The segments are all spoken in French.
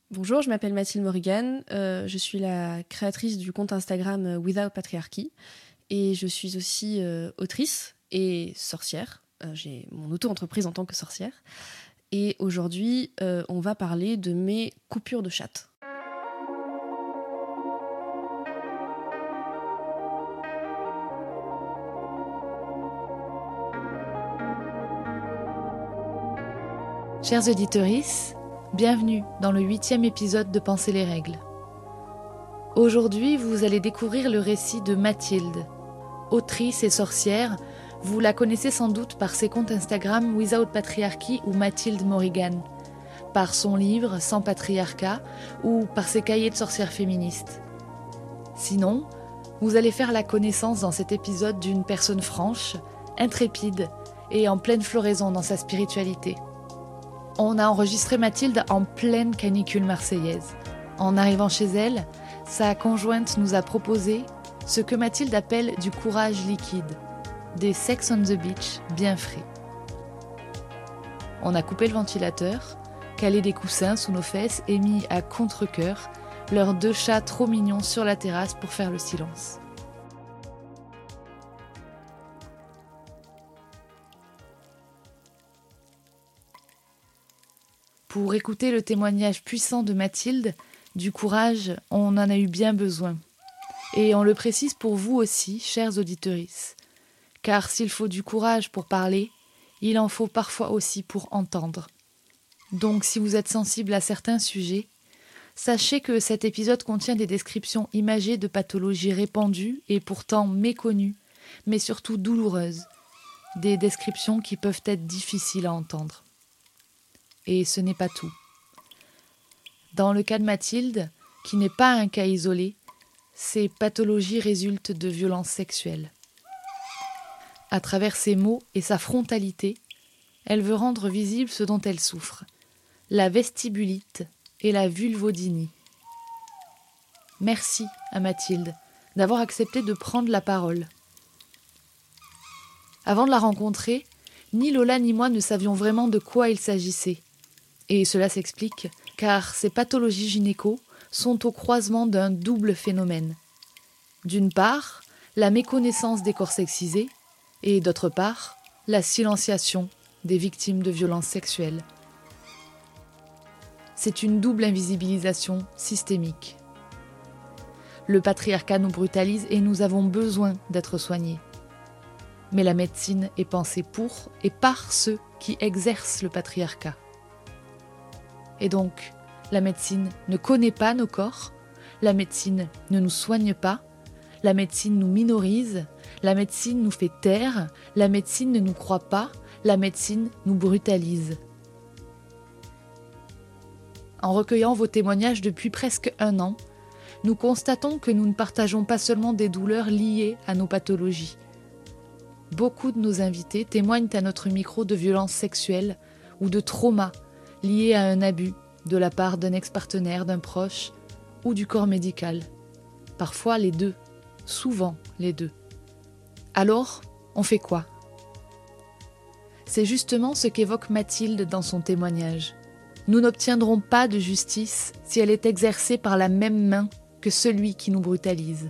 Bonjour, je m'appelle Mathilde Morrigan, je suis la créatrice du compte Instagram Without Patriarchy et je suis aussi autrice et sorcière. J'ai mon auto-entreprise en tant que sorcière et aujourd'hui on va parler de mes coupures de chatte. Chers auditeurs, bienvenue dans le 8e épisode de Penser les règles. Aujourd'hui, vous allez découvrir le récit de Mathilde. Autrice et sorcière, vous la connaissez sans doute par ses comptes Instagram Without Patriarchy ou Mathilde Morrigan, par son livre Sans patriarcat ou par ses cahiers de sorcières féministes. Sinon, vous allez faire la connaissance dans cet épisode d'une personne franche, intrépide et en pleine floraison dans sa spiritualité. On a enregistré Mathilde en pleine canicule marseillaise. En arrivant chez elle, sa conjointe nous a proposé ce que Mathilde appelle du courage liquide, des sex on the beach bien frais. On a coupé le ventilateur, calé des coussins sous nos fesses et mis à contre-cœur leurs 2 chats trop mignons sur la terrasse pour faire le silence. Pour écouter le témoignage puissant de Mathilde, du courage, on en a eu bien besoin. Et on le précise pour vous aussi, chers auditeurs. Car s'il faut du courage pour parler, il en faut parfois aussi pour entendre. Donc si vous êtes sensible à certains sujets, sachez que cet épisode contient des descriptions imagées de pathologies répandues et pourtant méconnues, mais surtout douloureuses. Des descriptions qui peuvent être difficiles à entendre. Et ce n'est pas tout. Dans le cas de Mathilde, qui n'est pas un cas isolé, ces pathologies résultent de violences sexuelles. À travers ses mots et sa frontalité, elle veut rendre visible ce dont elle souffre, la vestibulite et la vulvodynie. Merci à Mathilde d'avoir accepté de prendre la parole. Avant de la rencontrer, ni Lola ni moi ne savions vraiment de quoi il s'agissait. Et cela s'explique car ces pathologies gynéco sont au croisement d'un double phénomène. D'une part, la méconnaissance des corps sexisés et d'autre part, la silenciation des victimes de violences sexuelles. C'est une double invisibilisation systémique. Le patriarcat nous brutalise et nous avons besoin d'être soignés. Mais la médecine est pensée pour et par ceux qui exercent le patriarcat. Et donc, la médecine ne connaît pas nos corps, la médecine ne nous soigne pas, la médecine nous minorise, la médecine nous fait taire, la médecine ne nous croit pas, la médecine nous brutalise. En recueillant vos témoignages depuis presque 1 an, nous constatons que nous ne partageons pas seulement des douleurs liées à nos pathologies. Beaucoup de nos invités témoignent à notre micro de violences sexuelles ou de traumas liés à un abus de la part d'un ex-partenaire, d'un proche ou du corps médical. Parfois les deux, souvent les deux. Alors, on fait quoi ? C'est justement ce qu'évoque Mathilde dans son témoignage. Nous n'obtiendrons pas de justice si elle est exercée par la même main que celui qui nous brutalise.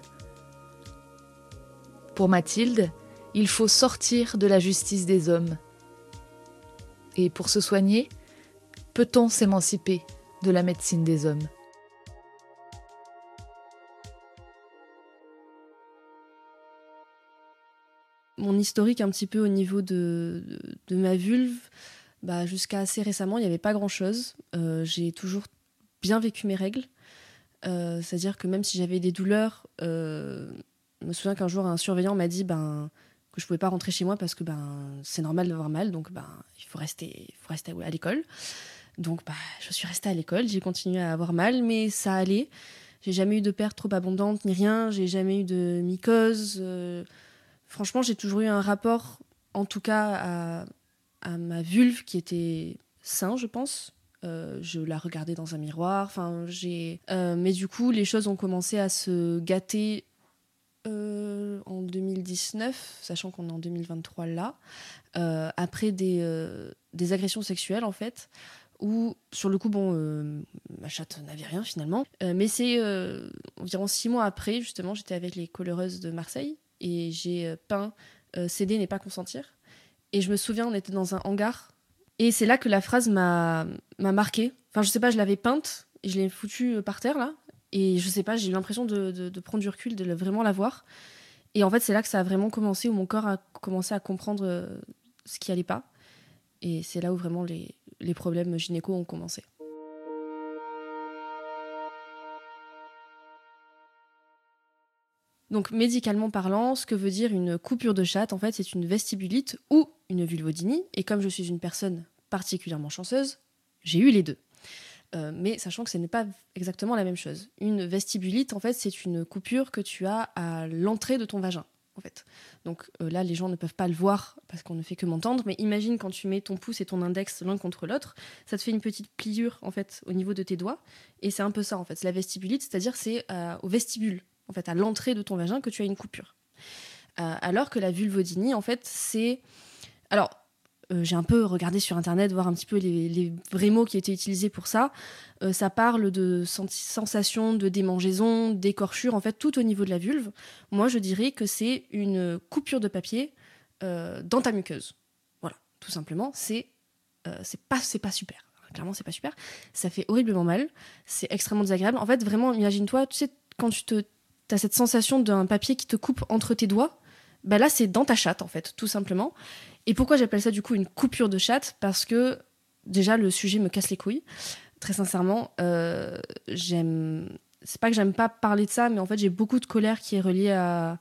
Pour Mathilde, il faut sortir de la justice des hommes. Et pour se soigner, peut-on s'émanciper de la médecine des hommes ? Mon historique un petit peu au niveau de ma vulve, jusqu'à assez récemment il n'y avait pas grand chose. J'ai toujours bien vécu mes règles. C'est-à-dire que même si j'avais des douleurs, je me souviens qu'un jour un surveillant m'a dit que je pouvais pas rentrer chez moi parce que c'est normal d'avoir mal, donc il faut rester à l'école. Donc je suis restée à l'école, j'ai continué à avoir mal, mais ça allait. J'ai jamais eu de perte trop abondante ni rien, j'ai jamais eu de mycose. Franchement, j'ai toujours eu un rapport, en tout cas à ma vulve qui était sain, je pense. Je la regardais dans un miroir. Mais du coup, les choses ont commencé à se gâter en 2019, sachant qu'on est en 2023 là, après des agressions sexuelles en fait, où sur le coup, ma chatte n'avait rien finalement. Mais c'est environ 6 mois après, justement, j'étais avec les coloreuses de Marseille et j'ai peint céder n'est pas consentir. Et je me souviens, on était dans un hangar et c'est là que la phrase m'a marquée. Enfin, je sais pas, je l'avais peinte et je l'ai foutue par terre là. Et je sais pas, j'ai eu l'impression de prendre du recul, vraiment la voir. Et en fait, c'est là que ça a vraiment commencé, où mon corps a commencé à comprendre ce qui allait pas. Et c'est là où vraiment les problèmes gynéco ont commencé. Donc, médicalement parlant, ce que veut dire une coupure de chatte, en fait, c'est une vestibulite ou une vulvodynie. Et comme je suis une personne particulièrement chanceuse, j'ai eu les deux. Mais sachant que ce n'est pas exactement la même chose. Une vestibulite, en fait, c'est une coupure que tu as à l'entrée de ton vagin, en fait. Donc là, les gens ne peuvent pas le voir parce qu'on ne fait que m'entendre, mais imagine quand tu mets ton pouce et ton index l'un contre l'autre, ça te fait une petite pliure, en fait, au niveau de tes doigts. Et c'est un peu ça, en fait. C'est la vestibulite, c'est-à-dire c'est au vestibule, en fait, à l'entrée de ton vagin que tu as une coupure. Alors que la vulvodynie, en fait, c'est... Alors, j'ai un peu regardé sur internet, voir un petit peu les vrais mots qui étaient utilisés pour ça. Ça parle de sensation de démangeaison, d'écorchure, en fait, tout au niveau de la vulve. Moi, je dirais que c'est une coupure de papier dans ta muqueuse. Voilà, tout simplement, c'est pas super. Clairement, c'est pas super. Ça fait horriblement mal. C'est extrêmement désagréable. En fait, vraiment, imagine-toi, tu sais, quand t'as cette sensation d'un papier qui te coupe entre tes doigts, bah là, c'est dans ta chatte, en fait, tout simplement. Et pourquoi j'appelle ça du coup une coupure de chatte ? Parce que déjà le sujet me casse les couilles. Très sincèrement, c'est pas que j'aime pas parler de ça, mais en fait j'ai beaucoup de colère qui est reliée à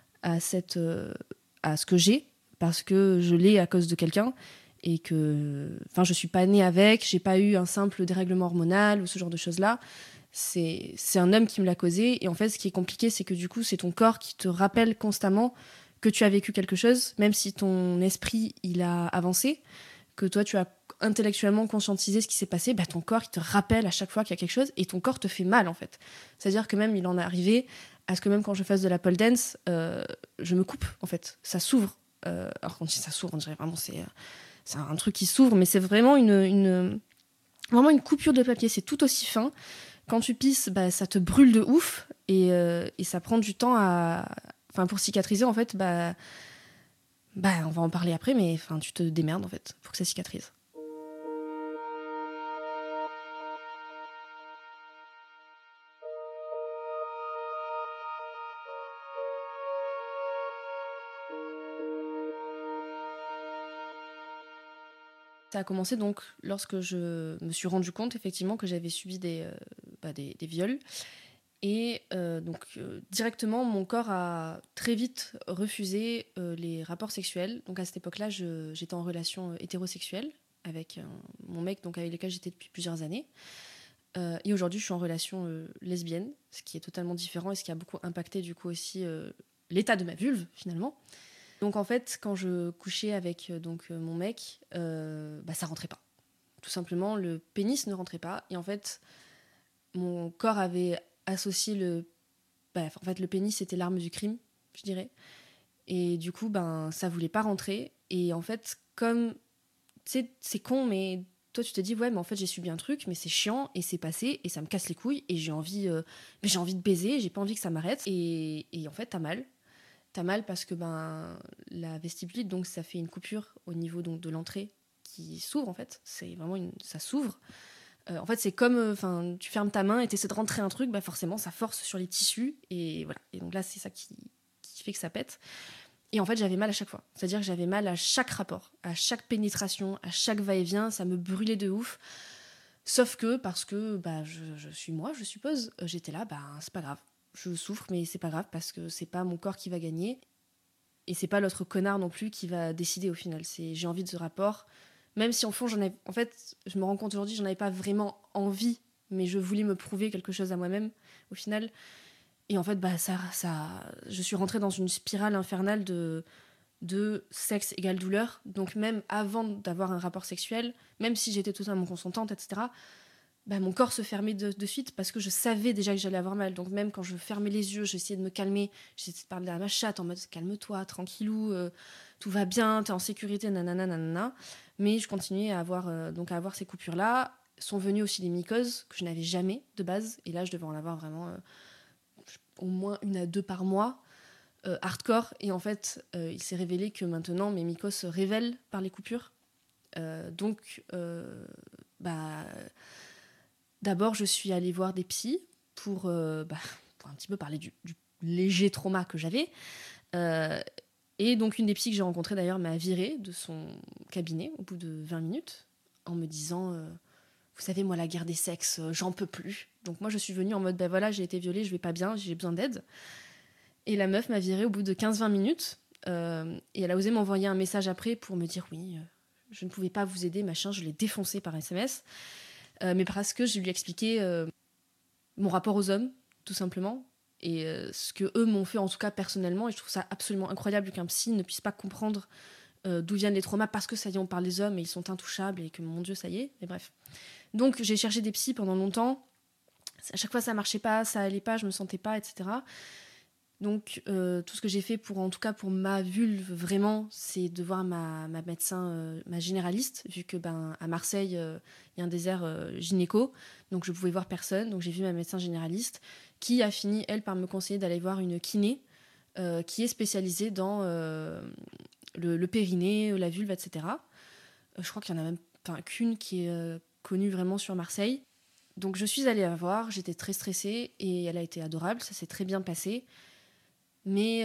ce que j'ai, parce que je l'ai à cause de quelqu'un et que, enfin, je suis pas née avec, j'ai pas eu un simple dérèglement hormonal ou ce genre de choses là. C'est un homme qui me l'a causé, et en fait ce qui est compliqué, c'est que du coup c'est ton corps qui te rappelle constamment que tu as vécu quelque chose, même si ton esprit il a avancé, que toi tu as intellectuellement conscientisé ce qui s'est passé, bah, ton corps il te rappelle à chaque fois qu'il y a quelque chose, et ton corps te fait mal en fait. C'est-à-dire que même il en est arrivé à ce que même quand je fasse de la pole dance, je me coupe en fait, ça s'ouvre. Alors quand je dis ça s'ouvre, on dirait vraiment c'est un truc qui s'ouvre, mais c'est vraiment vraiment une coupure de papier, c'est tout aussi fin. Quand tu pisses, bah, ça te brûle de ouf, et ça prend du temps pour cicatriser, en fait, on va en parler après, mais tu te démerdes, en fait, pour que ça cicatrise. Ça a commencé donc lorsque je me suis rendu compte, effectivement, que j'avais subi des viols. Et directement, mon corps a très vite refusé les rapports sexuels. Donc à cette époque-là, j'étais en relation hétérosexuelle avec mon mec, donc avec lequel j'étais depuis plusieurs années. Et aujourd'hui, je suis en relation lesbienne, ce qui est totalement différent et ce qui a beaucoup impacté du coup aussi l'état de ma vulve finalement. Donc en fait, quand je couchais avec mon mec, ça rentrait pas. Tout simplement, le pénis ne rentrait pas. Et en fait, mon corps avait associé le pénis, c'était l'arme du crime, je dirais. Et du coup, ça voulait pas rentrer. Et en fait, comme, tu sais, c'est con, mais toi, tu te dis, ouais, mais en fait, j'ai subi un truc, mais c'est chiant, et c'est passé, et ça me casse les couilles, et j'ai envie de baiser, j'ai pas envie que ça m'arrête. Et en fait, t'as mal. T'as mal parce que la vestibulite, donc ça fait une coupure au niveau donc, de l'entrée qui s'ouvre, en fait. C'est vraiment ça s'ouvre. En fait, c'est comme tu fermes ta main et tu essaies de rentrer un truc, forcément, ça force sur les tissus. Et voilà. Et donc là, c'est ça qui fait que ça pète. Et en fait, j'avais mal à chaque fois. C'est-à-dire que j'avais mal à chaque rapport, à chaque pénétration, à chaque va-et-vient. Ça me brûlait de ouf. Sauf que, parce que je suis moi, je suppose, j'étais là, c'est pas grave. Je souffre, mais c'est pas grave parce que c'est pas mon corps qui va gagner. Et c'est pas l'autre connard non plus qui va décider au final. J'ai envie de ce rapport. Même si en fond, en fait, je me rends compte aujourd'hui, j'en avais pas vraiment envie, mais je voulais me prouver quelque chose à moi-même, au final. Et en fait, je suis rentrée dans une spirale infernale de sexe égale douleur. Donc même avant d'avoir un rapport sexuel, même si j'étais totalement consentante, etc., mon corps se fermait de suite parce que je savais déjà que j'allais avoir mal. Donc même quand je fermais les yeux, j'essayais de me calmer, j'essayais de parler à ma chatte en mode calme-toi, tranquillou, tout va bien, t'es en sécurité, nanana, nanana. Mais je continuais à avoir ces coupures-là. Sont venues aussi les mycoses que je n'avais jamais de base. Et là, je devais en avoir vraiment au moins 1 à 2 par mois, hardcore. Et en fait, il s'est révélé que maintenant, mes mycoses se révèlent par les coupures. Donc, d'abord, je suis allée voir des psys pour un petit peu parler du léger trauma que j'avais. Et donc, une des psys que j'ai rencontrées, d'ailleurs, m'a virée de son cabinet au bout de 20 minutes en me disant vous savez, moi, la guerre des sexes, j'en peux plus. Donc, moi, je suis venue en mode voilà, j'ai été violée, je vais pas bien, j'ai besoin d'aide. Et la meuf m'a virée au bout de 15-20 minutes. Et elle a osé m'envoyer un message après pour me dire oui, je ne pouvais pas vous aider, machin. Je l'ai défoncé par SMS. Mais parce que je lui ai expliqué mon rapport aux hommes, tout simplement. Et ce que eux m'ont fait, en tout cas personnellement. Et je trouve ça absolument incroyable qu'un psy ne puisse pas comprendre d'où viennent les traumas parce que ça y est, on parle des hommes et ils sont intouchables et que mon Dieu, ça y est. Mais bref. Donc j'ai cherché des psys pendant longtemps. À chaque fois, ça marchait pas, ça allait pas, je me sentais pas, etc. Donc, tout ce que j'ai fait en tout cas pour ma vulve, vraiment, c'est de voir ma médecin, ma généraliste, vu que à Marseille, il y a un désert gynéco, donc je pouvais voir personne. Donc j'ai vu ma médecin généraliste, qui a fini, elle, par me conseiller d'aller voir une kiné, qui est spécialisée dans le périnée, la vulve, etc. Je crois qu'il y en a même qu'une qui est connue vraiment sur Marseille. Donc je suis allée la voir, j'étais très stressée, et elle a été adorable, ça s'est très bien passé. Mais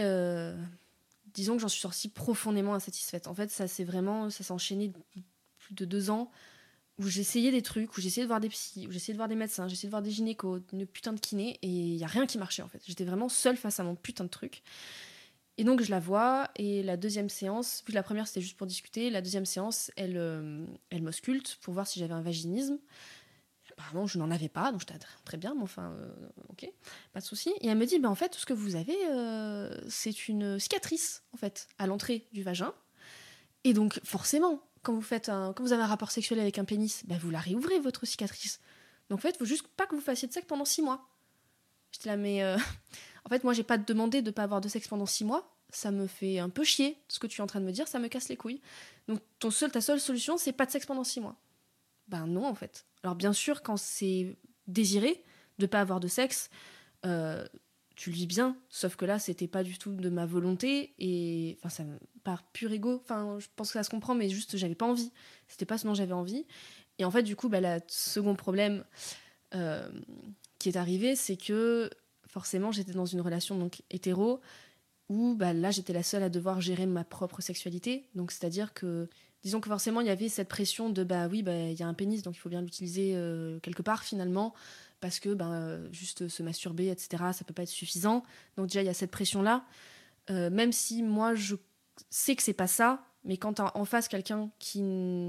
disons que j'en suis sortie profondément insatisfaite. En fait, ça s'est enchaîné plus de 2 ans où j'essayais des trucs, où j'essayais de voir des psys, où j'essayais de voir des médecins, j'essayais de voir des gynécos, une putain de kiné, et il n'y a rien qui marchait en fait. J'étais vraiment seule face à mon putain de truc. Et donc je la vois, et la deuxième séance, vu que la première c'était juste pour discuter, la deuxième séance, elle m'ausculte pour voir si j'avais un vaginisme. Apparemment, je n'en avais pas, donc j'étais très bien, mais enfin, ok, pas de souci. Et elle me dit, en fait, tout ce que vous avez, c'est une cicatrice, en fait, à l'entrée du vagin. Et donc, forcément, quand vous avez un rapport sexuel avec un pénis, vous la réouvrez, votre cicatrice. Donc, en fait, il faut juste pas que vous fassiez de sexe pendant 6 mois. J'étais là, mais en fait, moi, j'ai pas demandé de pas avoir de sexe pendant 6 mois. Ça me fait un peu chier, ce que tu es en train de me dire, ça me casse les couilles. Donc, ta seule solution, c'est pas de sexe pendant 6 mois. Non, en fait. Alors bien sûr, quand c'est désiré de pas avoir de sexe, tu le vis bien. Sauf que là, c'était pas du tout de ma volonté. Et ça par pur ego. Je pense que ça se comprend, mais juste, j'avais pas envie. C'était pas ce dont j'avais envie. Et en fait, du coup, le second problème qui est arrivé, c'est que forcément, j'étais dans une relation donc hétéro où là, j'étais la seule à devoir gérer ma propre sexualité. Donc, c'est-à-dire que disons que forcément, il y avait cette pression de oui, il y a un pénis, donc il faut bien l'utiliser quelque part finalement, parce que juste se masturber, etc., ça peut pas être suffisant. Donc déjà, il y a cette pression-là. Même si moi, je sais que c'est pas ça, mais quand t'as en face quelqu'un qui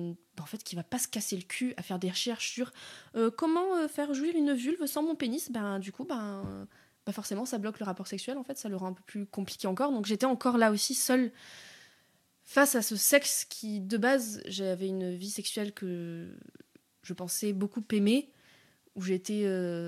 va pas se casser le cul à faire des recherches sur comment faire jouir une vulve sans mon pénis, du coup, forcément, ça bloque le rapport sexuel, en fait, ça le rend un peu plus compliqué encore. Donc j'étais encore là aussi seule face à ce sexe qui, de base, j'avais une vie sexuelle que je pensais beaucoup aimer, où j'étais...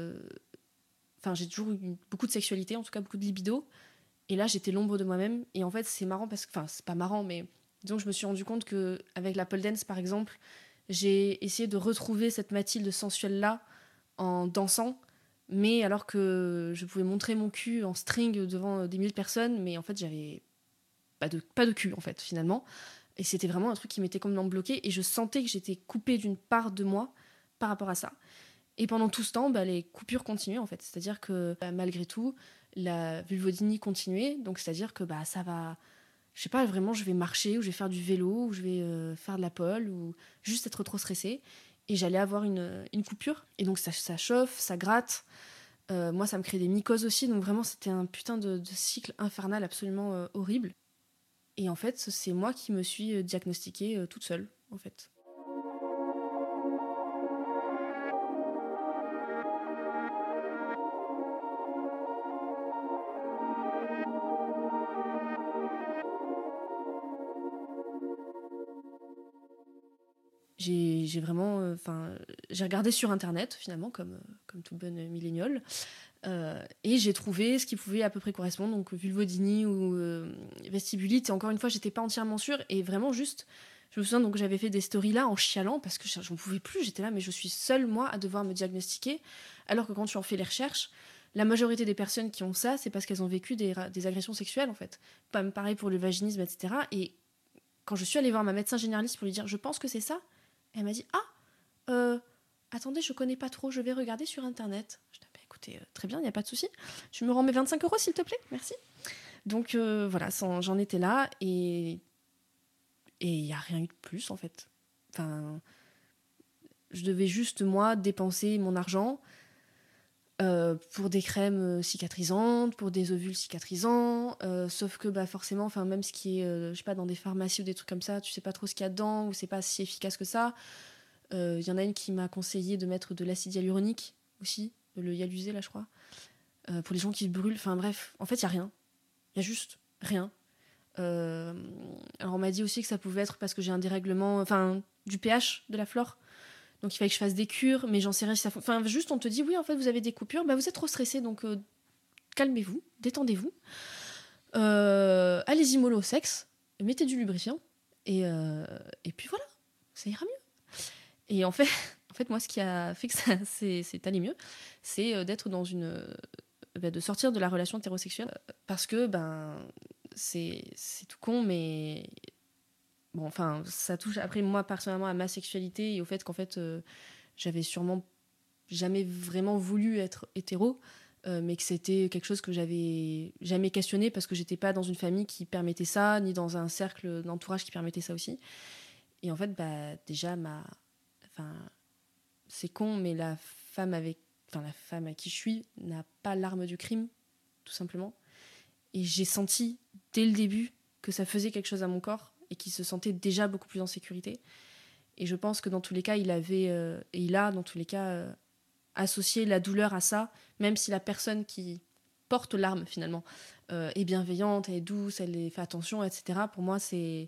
j'ai toujours eu beaucoup de sexualité, en tout cas beaucoup de libido. Et là, j'étais l'ombre de moi-même. Et en fait, c'est marrant parce que... c'est pas marrant, mais disons que je me suis rendu compte qu'avec la pole dance, par exemple, j'ai essayé de retrouver cette Mathilde sensuelle-là en dansant, mais alors que je pouvais montrer mon cul en string devant des milliers de personnes, mais en fait, j'avais pas de cul, en fait, finalement. Et c'était vraiment un truc qui m'était complètement bloqué. Et je sentais que j'étais coupée d'une part de moi par rapport à ça. Et pendant tout ce temps, les coupures continuaient, en fait. C'est-à-dire que, malgré tout, la vulvodynie continuait. Donc, c'est-à-dire que ça va... Je sais pas, vraiment, je vais marcher, ou je vais faire du vélo, ou je vais faire de la pole, ou juste être trop stressée. Et j'allais avoir une coupure. Et donc, ça chauffe, ça gratte. Moi, ça me crée des mycoses aussi. Donc, vraiment, c'était un putain de cycle infernal absolument horrible. Et en fait, c'est moi qui me suis diagnostiquée toute seule, en fait. J'ai vraiment... j'ai regardé sur Internet, finalement, comme toute bonne milléniale. Et j'ai trouvé ce qui pouvait à peu près correspondre, donc vulvodynie ou vestibulite. Et encore une fois, j'étais pas entièrement sûre. Et vraiment, juste, je me souviens, donc j'avais fait des stories là en chialant parce que j'en pouvais plus. J'étais là, mais je suis seule, moi, à devoir me diagnostiquer. Alors que quand tu en fais les recherches, la majorité des personnes qui ont ça, c'est parce qu'elles ont vécu des agressions sexuelles, en fait. Pareil pour le vaginisme, etc. Et quand je suis allée voir ma médecin généraliste pour lui dire « Je pense que c'est ça », elle m'a dit « Ah, attendez, je connais pas trop, je vais regarder sur Internet. » Je dis « Bah, écoutez, très bien, il n'y a pas de souci. Tu me rends mes 25 € s'il te plaît, merci. » Donc voilà, j'en étais là et il n'y a rien eu de plus, en fait. Enfin, je devais juste, moi, dépenser mon argent pour des crèmes cicatrisantes, pour des ovules cicatrisants, sauf que bah, forcément, même ce qui est, je sais pas, dans des pharmacies ou des trucs comme ça, tu sais pas trop ce qu'il y a dedans, ou c'est pas si efficace que ça. Il y en a une qui m'a conseillé de mettre de l'acide hyaluronique aussi, le Yalusé là je crois, pour les gens qui brûlent, enfin bref, en fait il y a rien, il y a juste rien. Alors on m'a dit aussi que ça pouvait être parce que j'ai un dérèglement, du pH de la flore. Donc il fallait que je fasse des cures, mais j'en sais rien si ça... Enfin, juste on te dit, oui, en fait, vous avez des coupures, bah vous êtes trop stressé, donc calmez-vous, détendez-vous. Allez-y mollo au sexe, mettez du lubrifiant, et puis voilà, ça ira mieux. Et en fait, moi, ce qui a fait que ça c'est allé mieux, c'est d'être dans de sortir de la relation hétérosexuelle, parce que, c'est tout con, mais... Bon, ça touche après moi personnellement à ma sexualité et au fait qu'en fait j'avais sûrement jamais vraiment voulu être hétéro, mais que c'était quelque chose que j'avais jamais questionné parce que j'étais pas dans une famille qui permettait ça, ni dans un cercle d'entourage qui permettait ça aussi. Et en fait, déjà c'est con, mais la femme à qui je suis n'a pas l'arme du crime, tout simplement. Et j'ai senti dès le début que ça faisait quelque chose à mon corps et qu'il se sentait déjà beaucoup plus en sécurité. Et je pense que dans tous les cas, il a dans tous les cas associé la douleur à ça, même si la personne qui porte l'arme finalement est bienveillante, elle est douce, elle fait attention, etc. Pour moi, c'est...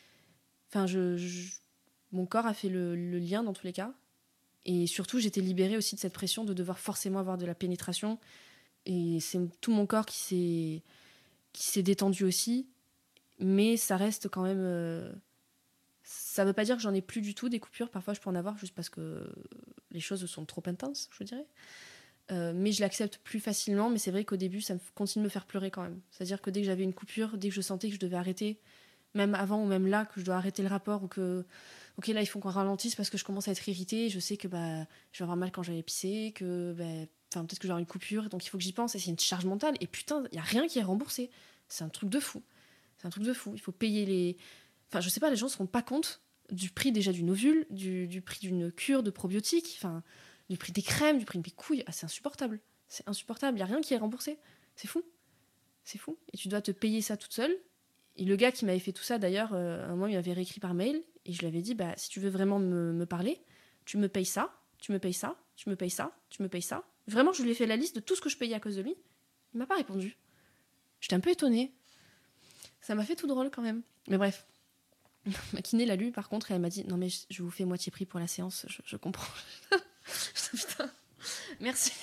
Mon corps a fait le lien dans tous les cas. Et surtout, j'étais libérée aussi de cette pression de devoir forcément avoir de la pénétration. Et c'est tout mon corps qui s'est détendu aussi. Mais ça reste quand même... Ça veut pas dire que j'en ai plus du tout des coupures. Parfois, je peux en avoir juste parce que les choses sont trop intenses, je dirais. Mais je l'accepte plus facilement. Mais c'est vrai qu'au début, ça continue de me faire pleurer quand même. C'est-à-dire que dès que j'avais une coupure, dès que je sentais que je devais arrêter, même avant ou même là, que je dois arrêter le rapport ou que, ok, là, il faut qu'on ralentisse parce que je commence à être irritée. Je sais que je vais avoir mal quand j'allais pisser, que peut-être que j'aurai une coupure. Donc il faut que j'y pense. Et c'est une charge mentale. Et putain, il n'y a rien qui est remboursé. C'est un truc de fou. C'est un truc de fou. Il faut payer les... Enfin, je sais pas, les gens se rendent pas compte du prix déjà d'une ovule, du prix d'une cure de probiotiques, du prix des crèmes, du prix des couilles. Ah, c'est insupportable. C'est insupportable. Il n'y a rien qui est remboursé. C'est fou. C'est fou. Et tu dois te payer ça toute seule. Et le gars qui m'avait fait tout ça, d'ailleurs, un moment, il m'avait réécrit par mail. Et je lui avais dit, si tu veux vraiment me parler, tu me payes ça, tu me payes ça, tu me payes ça, tu me payes ça. Vraiment, je lui ai fait la liste de tout ce que je payais à cause de lui. Il m'a pas répondu. J'étais un peu étonnée. Ça m'a fait tout drôle quand même. Mais bref. Ma kiné l'a lu par contre et elle m'a dit non mais je vous fais moitié prix pour la séance, je comprends. Putain, merci.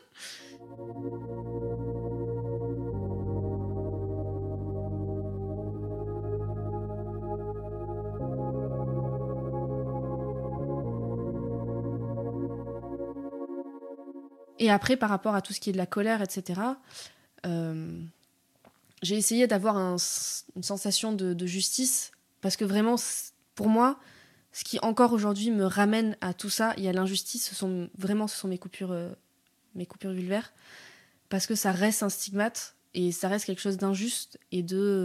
Et après par rapport à tout ce qui est de la colère, etc., j'ai essayé d'avoir une sensation de justice parce que vraiment pour moi ce qui encore aujourd'hui me ramène à tout ça, il y a l'injustice, ce sont mes coupures vulvaires, parce que ça reste un stigmate et ça reste quelque chose d'injuste et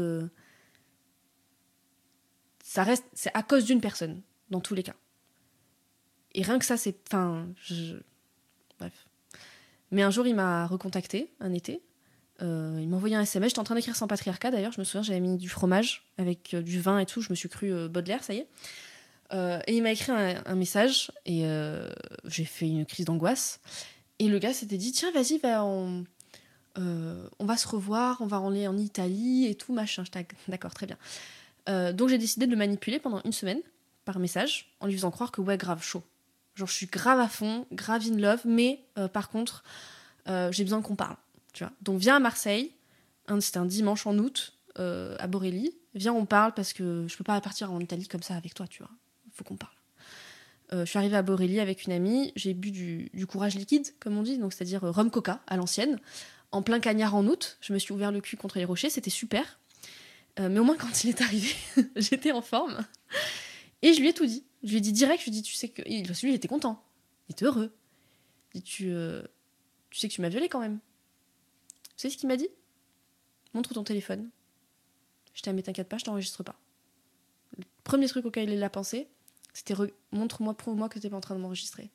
c'est à cause d'une personne dans tous les cas. Et rien que ça, c'est... Bref. Mais un jour, il m'a recontacté, un été. Il m'a envoyé un SMS. J'étais en train d'écrire Sans patriarcat, d'ailleurs. Je me souviens, j'avais mis du fromage avec du vin et tout. Je me suis cru Baudelaire, ça y est. Et il m'a écrit un message. Et j'ai fait une crise d'angoisse. Et le gars s'était dit, tiens, vas-y, on va se revoir. On va aller en Italie et tout, machin. D'accord, très bien. Donc j'ai décidé de le manipuler pendant une semaine par message en lui faisant croire que ouais, grave chaud. Genre je suis grave à fond, grave in love, mais par contre j'ai besoin qu'on parle, tu vois. Donc viens à Marseille, c'était un dimanche en août, à Borély, viens on parle parce que je peux pas partir en Italie comme ça avec toi, tu vois, faut qu'on parle. Je suis arrivée à Borély avec une amie, j'ai bu du courage liquide, comme on dit, donc c'est-à-dire rhum coca à l'ancienne, en plein cagnard en août, je me suis ouvert le cul contre les rochers, c'était super. Mais au moins quand il est arrivé, j'étais en forme. Et je lui ai tout dit. Je lui ai dit direct, je lui ai dit, tu sais que... Parce que lui, il était content, il était heureux. Il dit, tu sais que tu m'as violée quand même. Tu sais ce qu'il m'a dit ? Montre ton téléphone. J'étais à mais t'inquiète pas, je t'enregistre pas. Le premier truc auquel il a pensé, c'était montre-moi, prouve-moi que t'es pas en train de m'enregistrer.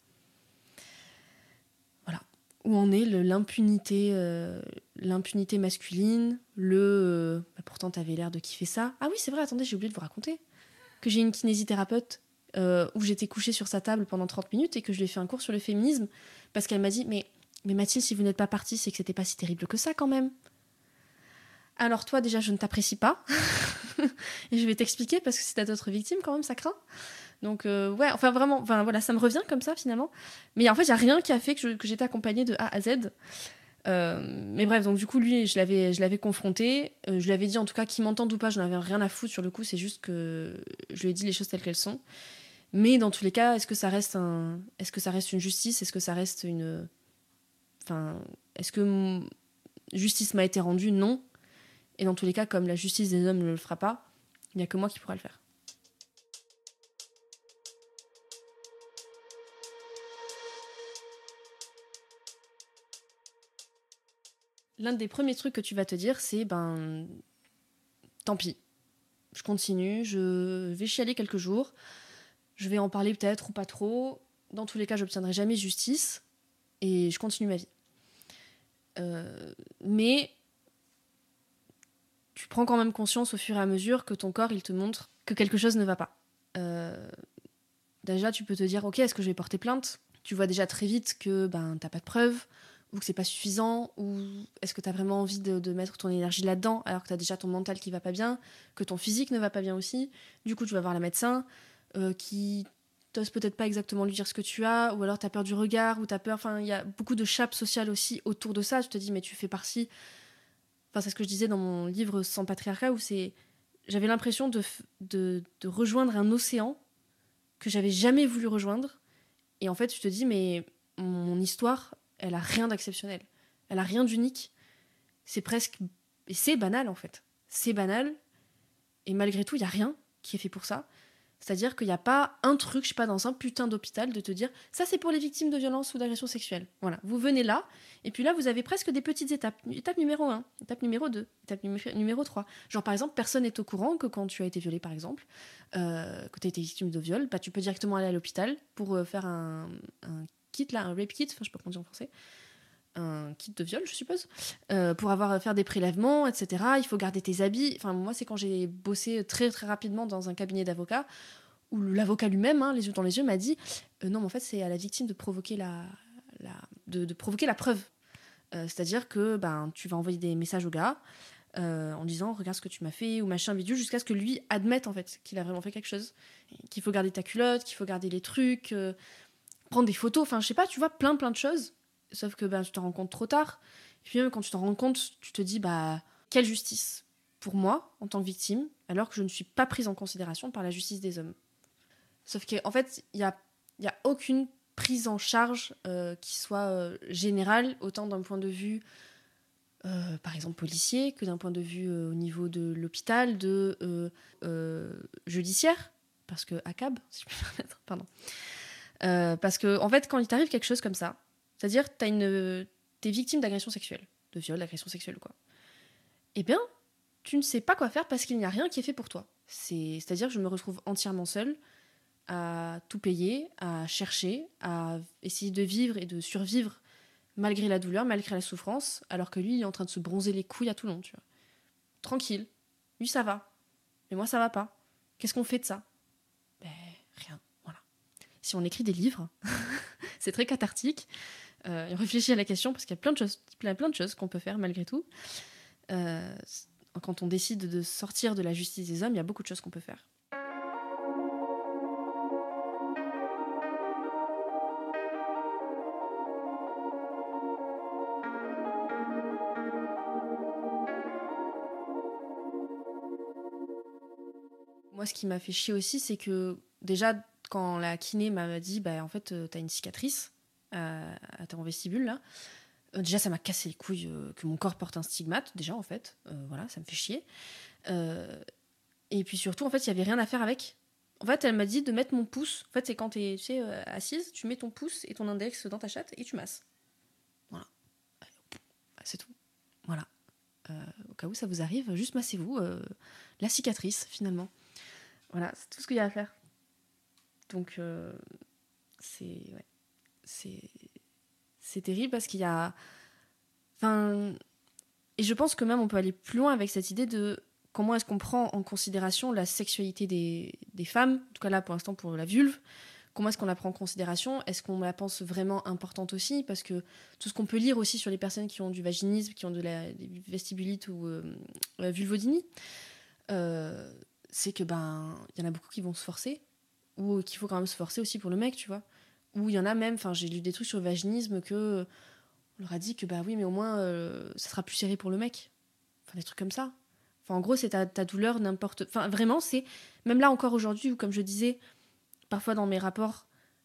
Voilà. Où en est l'impunité masculine, pourtant t'avais l'air de kiffer ça. Ah oui, c'est vrai, attendez, j'ai oublié de vous raconter que j'ai une kinésithérapeute où j'étais couchée sur sa table pendant 30 minutes et que je lui ai fait un cours sur le féminisme parce qu'elle m'a dit mais Mathilde, si vous n'êtes pas partie, c'est que c'était pas si terrible que ça quand même. Alors toi, déjà, je ne t'apprécie pas. Et je vais t'expliquer parce que si t'as d'autres victimes, quand même, ça craint. Donc, ouais, enfin, vraiment, voilà, ça me revient comme ça, finalement. Mais en fait, il n'y a rien qui a fait que j'étais accompagnée de A à Z. Mais bref, donc du coup, lui, je l'avais confronté. Je lui avais dit, en tout cas, qu'il m'entende ou pas, je n'en avais rien à foutre sur le coup. C'est juste que je lui ai dit les choses telles qu'elles sont. Mais dans tous les cas, est-ce que ça reste une justice ? Est-ce que ça reste une... Enfin, est-ce que justice m'a été rendue ? Non. Et dans tous les cas, comme la justice des hommes ne le fera pas, il n'y a que moi qui pourra le faire. L'un des premiers trucs que tu vas te dire, c'est tant pis. Je continue, je vais chialer quelques jours, je vais en parler peut-être ou pas trop. Dans tous les cas, j'obtiendrai jamais justice et je continue ma vie. Mais tu prends quand même conscience au fur et à mesure que ton corps, il te montre que quelque chose ne va pas. Déjà, tu peux te dire, ok, est-ce que je vais porter plainte ? Tu vois déjà très vite que t'as pas de preuves, ou que c'est pas suffisant, ou est-ce que t'as vraiment envie de mettre ton énergie là-dedans, alors que t'as déjà ton mental qui va pas bien, que ton physique ne va pas bien aussi. Du coup, tu vas voir la médecin, qui t'ose peut-être pas exactement lui dire ce que tu as, ou alors t'as peur du regard, ou t'as peur... Enfin, il y a beaucoup de chape sociale aussi autour de ça. Tu te dis, mais tu fais partie... Enfin, c'est ce que je disais dans mon livre Sans patriarcat, où c'est... J'avais l'impression de rejoindre un océan que j'avais jamais voulu rejoindre. Et en fait, tu te dis, mais mon histoire, elle a rien d'exceptionnel. Elle a rien d'unique. C'est presque... Et c'est banal, en fait. C'est banal. Et malgré tout, il n'y a rien qui est fait pour ça. C'est-à-dire qu'il n'y a pas un truc, je sais pas, dans un putain d'hôpital de te dire ça c'est pour les victimes de violences ou d'agressions sexuelles. Voilà, vous venez là, et puis là vous avez presque des petites étapes. Étape numéro 1, étape numéro 2, étape numéro 3. Genre par exemple, personne n'est au courant que quand tu as été violée par exemple, que tu as été victime de viol, tu peux directement aller à l'hôpital pour faire un kit, là, un rape kit, enfin je sais pas comment dire en français, un kit de viol, je suppose, pour faire des prélèvements, etc. Il faut garder tes habits. Enfin, moi, c'est quand j'ai bossé très, très rapidement dans un cabinet d'avocats, où l'avocat lui-même, les yeux dans les yeux, m'a dit non, mais en fait, c'est à la victime de provoquer de provoquer la preuve. C'est-à-dire que tu vas envoyer des messages au gars en disant regarde ce que tu m'as fait, ou machin bidule, jusqu'à ce que lui admette, en fait, qu'il a vraiment fait quelque chose. Qu'il faut garder ta culotte, qu'il faut garder les trucs, prendre des photos, enfin, je sais pas, tu vois, plein de choses. Sauf que tu t'en rends compte trop tard. Et puis même quand tu t'en rends compte, tu te dis, quelle justice pour moi, en tant que victime, alors que je ne suis pas prise en considération par la justice des hommes. Sauf qu'en fait, il y a aucune prise en charge qui soit générale, autant d'un point de vue, par exemple, policier, que d'un point de vue au niveau de l'hôpital, judiciaire, parce que ACAB, si je peux me permettre, pardon. Parce que, en fait, quand il t'arrive quelque chose comme ça, c'est-à-dire que t'es victime d'agression sexuelle, de viol, d'agression sexuelle, quoi. Eh bien, tu ne sais pas quoi faire parce qu'il n'y a rien qui est fait pour toi. C'est-à-dire que je me retrouve entièrement seule à tout payer, à chercher, à essayer de vivre et de survivre malgré la douleur, malgré la souffrance, alors que lui, il est en train de se bronzer les couilles à Toulon, tu vois. Tranquille. Lui, ça va. Mais moi, ça va pas. Qu'est-ce qu'on fait de ça ? Rien. Voilà. Si on écrit des livres, c'est très cathartique. On réfléchit à la question parce qu'il y a plein de choses qu'on peut faire malgré tout. Quand on décide de sortir de la justice des hommes, il y a beaucoup de choses qu'on peut faire. Moi, ce qui m'a fait chier aussi, c'est que déjà, quand la kiné m'a dit, bah, en fait, t'as une cicatrice à ton vestibule, là, déjà, ça m'a cassé les couilles que mon corps porte un stigmate, déjà, en fait. Voilà, ça me fait chier. Et puis surtout, en fait, il n'y avait rien à faire avec. En fait, elle m'a dit de mettre mon pouce. En fait, c'est quand tu es assise, tu mets ton pouce et ton index dans ta chatte et tu masses. Voilà. C'est tout. Voilà. Au cas où ça vous arrive, juste massez-vous. La cicatrice, finalement. Voilà, c'est tout ce qu'il y a à faire. Donc, ouais, c'est terrible parce qu'il y a... Enfin... Et je pense que même on peut aller plus loin avec cette idée de comment est-ce qu'on prend en considération la sexualité des femmes, en tout cas là pour l'instant pour la vulve, comment est-ce qu'on la prend en considération, est-ce qu'on la pense vraiment importante aussi, parce que tout ce qu'on peut lire aussi sur les personnes qui ont du vaginisme, qui ont des vestibulites ou vulvodynie, c'est que y en a beaucoup qui vont se forcer, ou qu'il faut quand même se forcer aussi pour le mec, tu vois, ou il y en a même, enfin j'ai lu des trucs sur le vaginisme que on leur a dit que bah oui mais au moins ça sera plus serré pour le mec, enfin des trucs comme ça. Enfin, en gros, c'est ta douleur, n'importe... Enfin, vraiment, c'est... Même là, encore aujourd'hui, où, comme je disais, parfois dans mes rapports,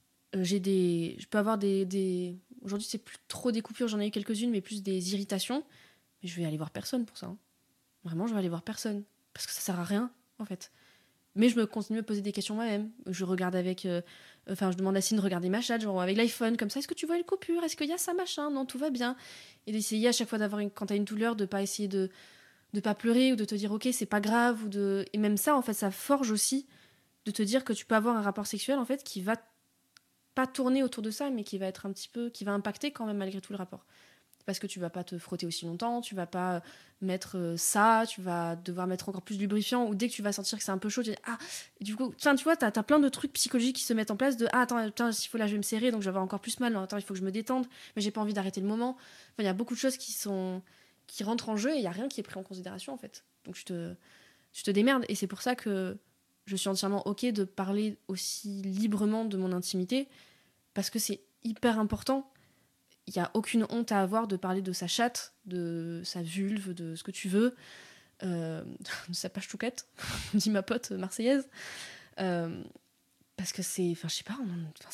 je peux avoir des... Aujourd'hui, c'est plus trop des coupures, j'en ai eu quelques-unes, mais plus des irritations. Mais je vais aller voir personne pour ça. Hein. Vraiment, je vais aller voir personne. Parce que ça sert à rien, en fait. Mais je me continue à poser des questions moi-même. Je regarde avec... je demande à Cine de regarder ma chatte, genre avec l'iPhone, comme ça. Est-ce que tu vois une coupure? Est-ce qu'il y a ça, machin? Non, tout va bien. Et d'essayer à chaque fois d'avoir quand t'as une douleur, de pas essayer de pas pleurer ou de te dire ok c'est pas grave et même ça en fait ça forge aussi de te dire que tu peux avoir un rapport sexuel en fait qui va pas tourner autour de ça mais qui va être un petit peu qui va impacter quand même malgré tout le rapport parce que tu vas pas te frotter aussi longtemps, tu vas pas mettre ça, tu vas devoir mettre encore plus de lubrifiant ou dès que tu vas sentir que c'est un peu chaud tu dis ah et du coup tu vois t'as plein de trucs psychologiques qui se mettent en place de ah attends s'il faut là je vais me serrer donc je vais avoir encore plus mal, attends il faut que je me détende mais j'ai pas envie d'arrêter le moment, enfin il y a beaucoup de choses qui rentrent en jeu et il n'y a rien qui est pris en considération en fait. Donc tu te démerdes et c'est pour ça que je suis entièrement ok de parler aussi librement de mon intimité parce que c'est hyper important. Il n'y a aucune honte à avoir de parler de sa chatte, de sa vulve, de ce que tu veux, de sa page chouquette, dit ma pote marseillaise. Parce que c'est... Enfin, je sais pas,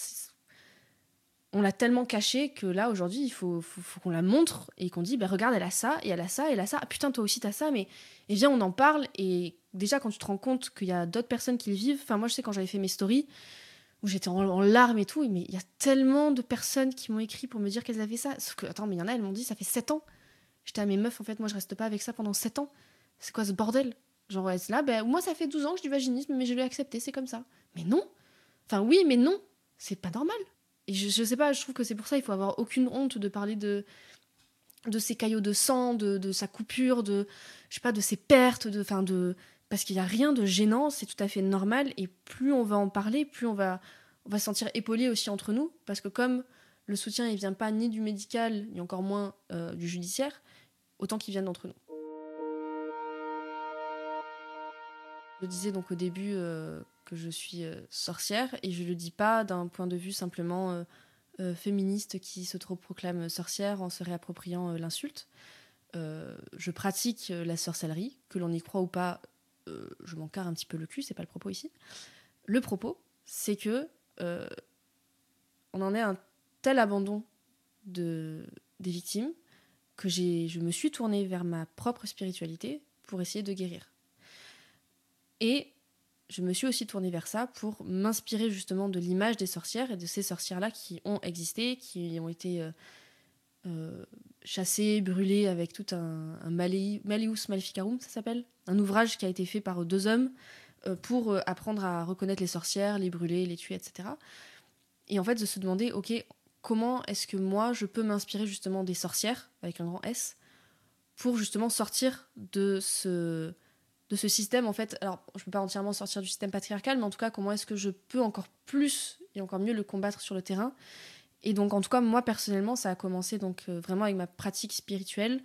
on l'a tellement caché que là, aujourd'hui, il faut qu'on la montre et qu'on dit, bah, regarde, elle a ça, et elle a ça, et elle a ça. Ah putain, toi aussi, t'as ça, mais... Et viens, on en parle. Et déjà, quand tu te rends compte qu'il y a d'autres personnes qui le vivent... Enfin, moi, je sais, quand j'avais fait mes stories, où j'étais en larmes et tout, mais il y a tellement de personnes qui m'ont écrit pour me dire qu'elles avaient ça. Sauf que, attends, mais il y en a, elles m'ont dit, ça fait 7 ans. J'étais à mes meufs, en fait, moi, je reste pas avec ça pendant 7 ans. C'est quoi ce bordel? Genre, ouais, c'est là, bah, moi, ça fait 12 ans que je dis vaginisme, mais je l'ai accepté, c'est comme ça. Mais non. Enfin, oui, mais non. C'est pas normal. Et je sais pas, je trouve que c'est pour ça il faut avoir aucune honte de parler de ses caillots de sang, de sa coupure, je sais pas, de ses pertes, parce qu'il y a rien de gênant, c'est tout à fait normal. Et plus on va en parler, plus on va se sentir épaulé aussi entre nous, parce que comme le soutien il vient pas ni du médical ni encore moins du judiciaire, autant qu'il vienne d'entre nous. Je disais donc au début que je suis sorcière, et je le dis pas d'un point de vue simplement féministe qui se proclame sorcière en se réappropriant l'insulte. Je pratique la sorcellerie, que l'on y croit ou pas, je m'en carre un petit peu le cul, c'est pas le propos ici. Le propos, c'est que on en est à un tel abandon des victimes que je me suis tournée vers ma propre spiritualité pour essayer de guérir. Et je me suis aussi tournée vers ça pour m'inspirer justement de l'image des sorcières et de ces sorcières-là qui ont existé, qui ont été chassées, brûlées avec tout un Malleus Maleficarum, ça s'appelle, un ouvrage qui a été fait par 2 hommes pour apprendre à reconnaître les sorcières, les brûler, les tuer, etc. Et en fait, de se demander, ok, comment est-ce que moi, je peux m'inspirer justement des sorcières, avec un grand S, pour justement sortir de ce système, en fait. Alors, je ne peux pas entièrement sortir du système patriarcal, mais en tout cas, comment est-ce que je peux encore plus et encore mieux le combattre sur le terrain. Et donc, en tout cas, moi, personnellement, ça a commencé donc vraiment avec ma pratique spirituelle.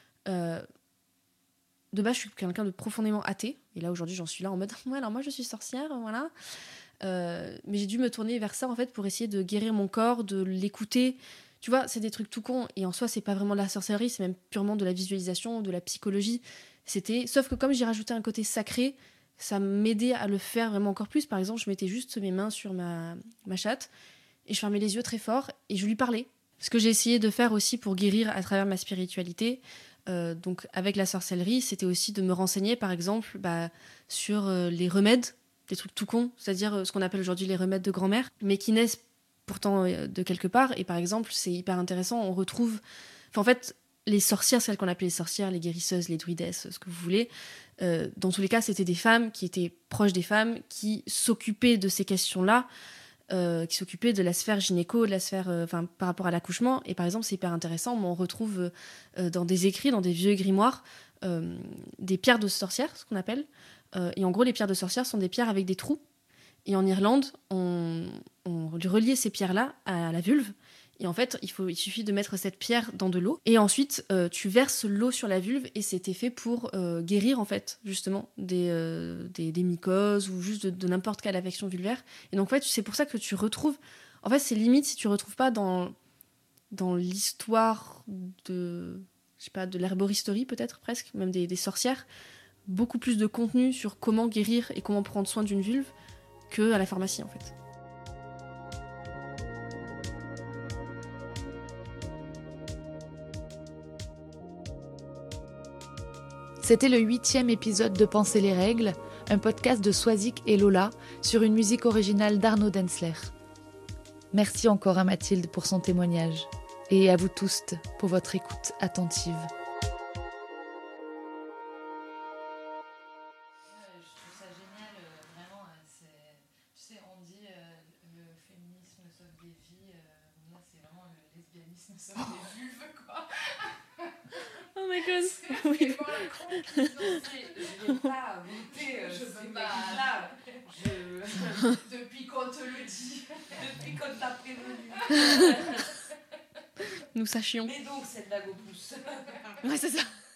De base, je suis quelqu'un de profondément athée. Et là, aujourd'hui, j'en suis là en mode, ouais, alors moi, je suis sorcière, voilà. Mais j'ai dû me tourner vers ça, en fait, pour essayer de guérir mon corps, de l'écouter. Tu vois, c'est des trucs tout cons. Et en soi, c'est pas vraiment de la sorcellerie, c'est même purement de la visualisation, de la psychologie. Sauf que comme j'ai rajouté un côté sacré, ça m'aidait à le faire vraiment encore plus. Par exemple, je mettais juste mes mains sur ma chatte et je fermais les yeux très fort et je lui parlais. Ce que j'ai essayé de faire aussi pour guérir à travers ma spiritualité, donc avec la sorcellerie, c'était aussi de me renseigner, par exemple, sur les remèdes, des trucs tout cons, c'est-à-dire ce qu'on appelle aujourd'hui les remèdes de grand-mère, mais qui naissent pourtant de quelque part. Et par exemple, c'est hyper intéressant, on retrouve... Enfin, en fait, les sorcières, celles qu'on appelait les sorcières, les guérisseuses, les druidesses, ce que vous voulez, dans tous les cas, c'était des femmes qui étaient proches des femmes, qui s'occupaient de ces questions-là, qui s'occupaient de la sphère gynéco, de la sphère, par rapport à l'accouchement. Et par exemple, c'est hyper intéressant, on retrouve dans des écrits, dans des vieux grimoires, des pierres de sorcières, ce qu'on appelle. Et en gros, les pierres de sorcières sont des pierres avec des trous. Et en Irlande, on reliait ces pierres-là à la vulve. Et en fait, il suffit de mettre cette pierre dans de l'eau. Et ensuite, tu verses l'eau sur la vulve et c'était fait pour guérir, en fait, justement, des mycoses ou juste de n'importe quelle affection vulvaire. Et donc, en fait, c'est pour ça que tu retrouves... En fait, c'est limite si tu ne retrouves pas dans l'histoire de... Je sais pas, de l'herboristerie peut-être, presque, même des sorcières, beaucoup plus de contenu sur comment guérir et comment prendre soin d'une vulve qu'à la pharmacie, en fait. C'était le 8e épisode de Penser les règles, un podcast de Swazik et Lola sur une musique originale d'Arnaud Densler. Merci encore à Mathilde pour son témoignage et à vous tous pour votre écoute attentive. Je trouve ça génial, vraiment. Tu sais, on dit le féminisme sauve des vies. Là, c'est vraiment le lesbianisme sauve des vulves, quoi. Oh my god. C'est vraiment la conclusion. Je n'ai pas voté ces mecs-là. Depuis qu'on te le dit. Depuis qu'on t'a prévenu. Nous sachions. Mais donc, cette vague au pouce. Ouais, c'est ça.